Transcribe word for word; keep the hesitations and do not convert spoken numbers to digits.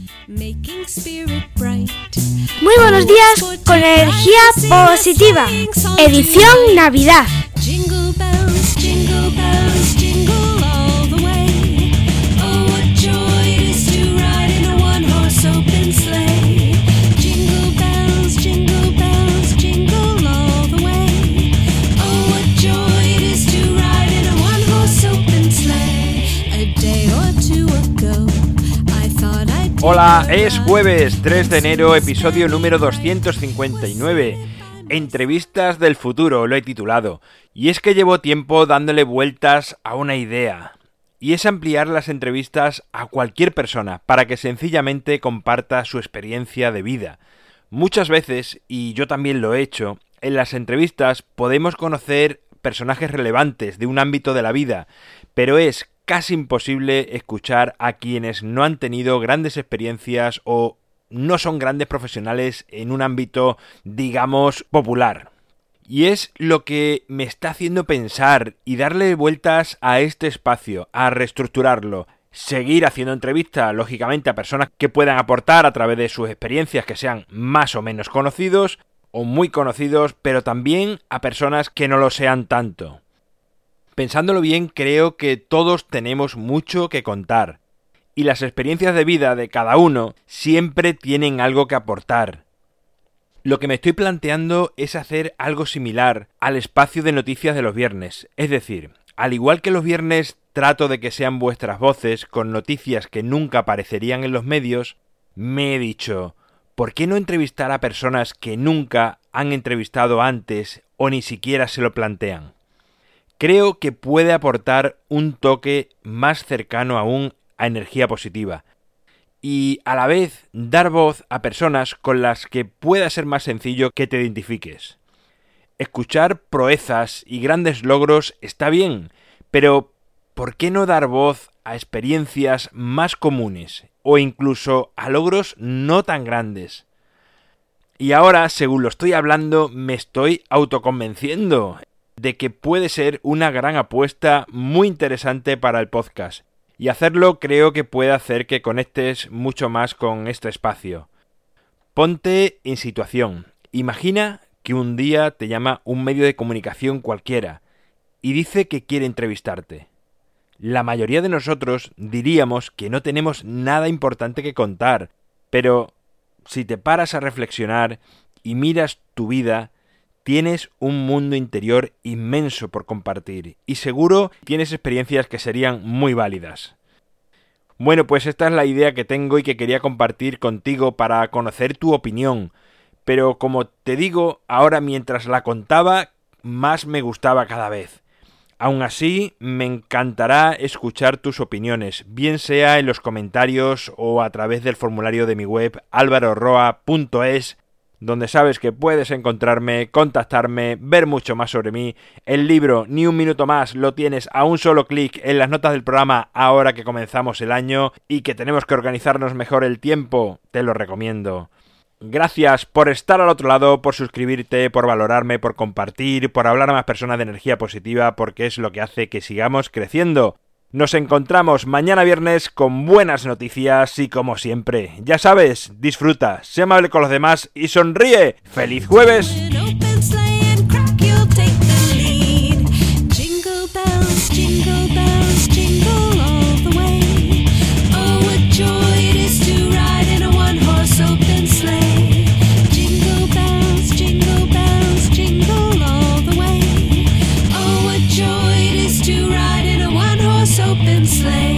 Muy buenos días con energía positiva, edición Navidad. Hola, es jueves tres de enero, episodio número doscientos cincuenta y nueve. Entrevistas del futuro, lo he titulado. Y es que llevo tiempo dándole vueltas a una idea. Y es ampliar las entrevistas a cualquier persona para que sencillamente comparta su experiencia de vida. Muchas veces, y yo también lo he hecho, en las entrevistas podemos conocer personajes relevantes de un ámbito de la vida, pero es casi imposible escuchar a quienes no han tenido grandes experiencias o no son grandes profesionales en un ámbito, digamos, popular. Y es lo que me está haciendo pensar y darle vueltas a este espacio, a reestructurarlo. Seguir haciendo entrevistas, lógicamente, a personas que puedan aportar a través de sus experiencias que sean más o menos conocidos o muy conocidos, pero también a personas que no lo sean tanto. Pensándolo bien, creo que todos tenemos mucho que contar, y las experiencias de vida de cada uno siempre tienen algo que aportar. Lo que me estoy planteando es hacer algo similar al espacio de noticias de los viernes, es decir, al igual que los viernes trato de que sean vuestras voces con noticias que nunca aparecerían en los medios, me he dicho, ¿por qué no entrevistar a personas que nunca han entrevistado antes o ni siquiera se lo plantean? Creo que puede aportar un toque más cercano aún a energía positiva y a la vez dar voz a personas con las que pueda ser más sencillo que te identifiques. Escuchar proezas y grandes logros está bien, pero ¿por qué no dar voz a experiencias más comunes o incluso a logros no tan grandes? Y ahora, según lo estoy hablando, me estoy autoconvenciendo de que puede ser una gran apuesta muy interesante para el podcast. Y hacerlo creo que puede hacer que conectes mucho más con este espacio. Ponte en situación. Imagina que un día te llama un medio de comunicación cualquiera y dice que quiere entrevistarte. La mayoría de nosotros diríamos que no tenemos nada importante que contar, pero si te paras a reflexionar y miras tu vida, tienes un mundo interior inmenso por compartir y seguro tienes experiencias que serían muy válidas. Bueno, pues esta es la idea que tengo y que quería compartir contigo para conocer tu opinión, pero como te digo, ahora mientras la contaba, más me gustaba cada vez. Aún así, me encantará escuchar tus opiniones, bien sea en los comentarios o a través del formulario de mi web alvaro roa punto es, donde sabes que puedes encontrarme, contactarme, ver mucho más sobre mí. El libro Ni un minuto más lo tienes a un solo clic en las notas del programa ahora que comenzamos el año y que tenemos que organizarnos mejor el tiempo. Te lo recomiendo. Gracias por estar al otro lado, por suscribirte, por valorarme, por compartir, por hablar a más personas de energía positiva, porque es lo que hace que sigamos creciendo. Nos encontramos mañana viernes con buenas noticias y como siempre, ya sabes, disfruta, sé amable con los demás y sonríe. ¡Feliz jueves! Open sleigh.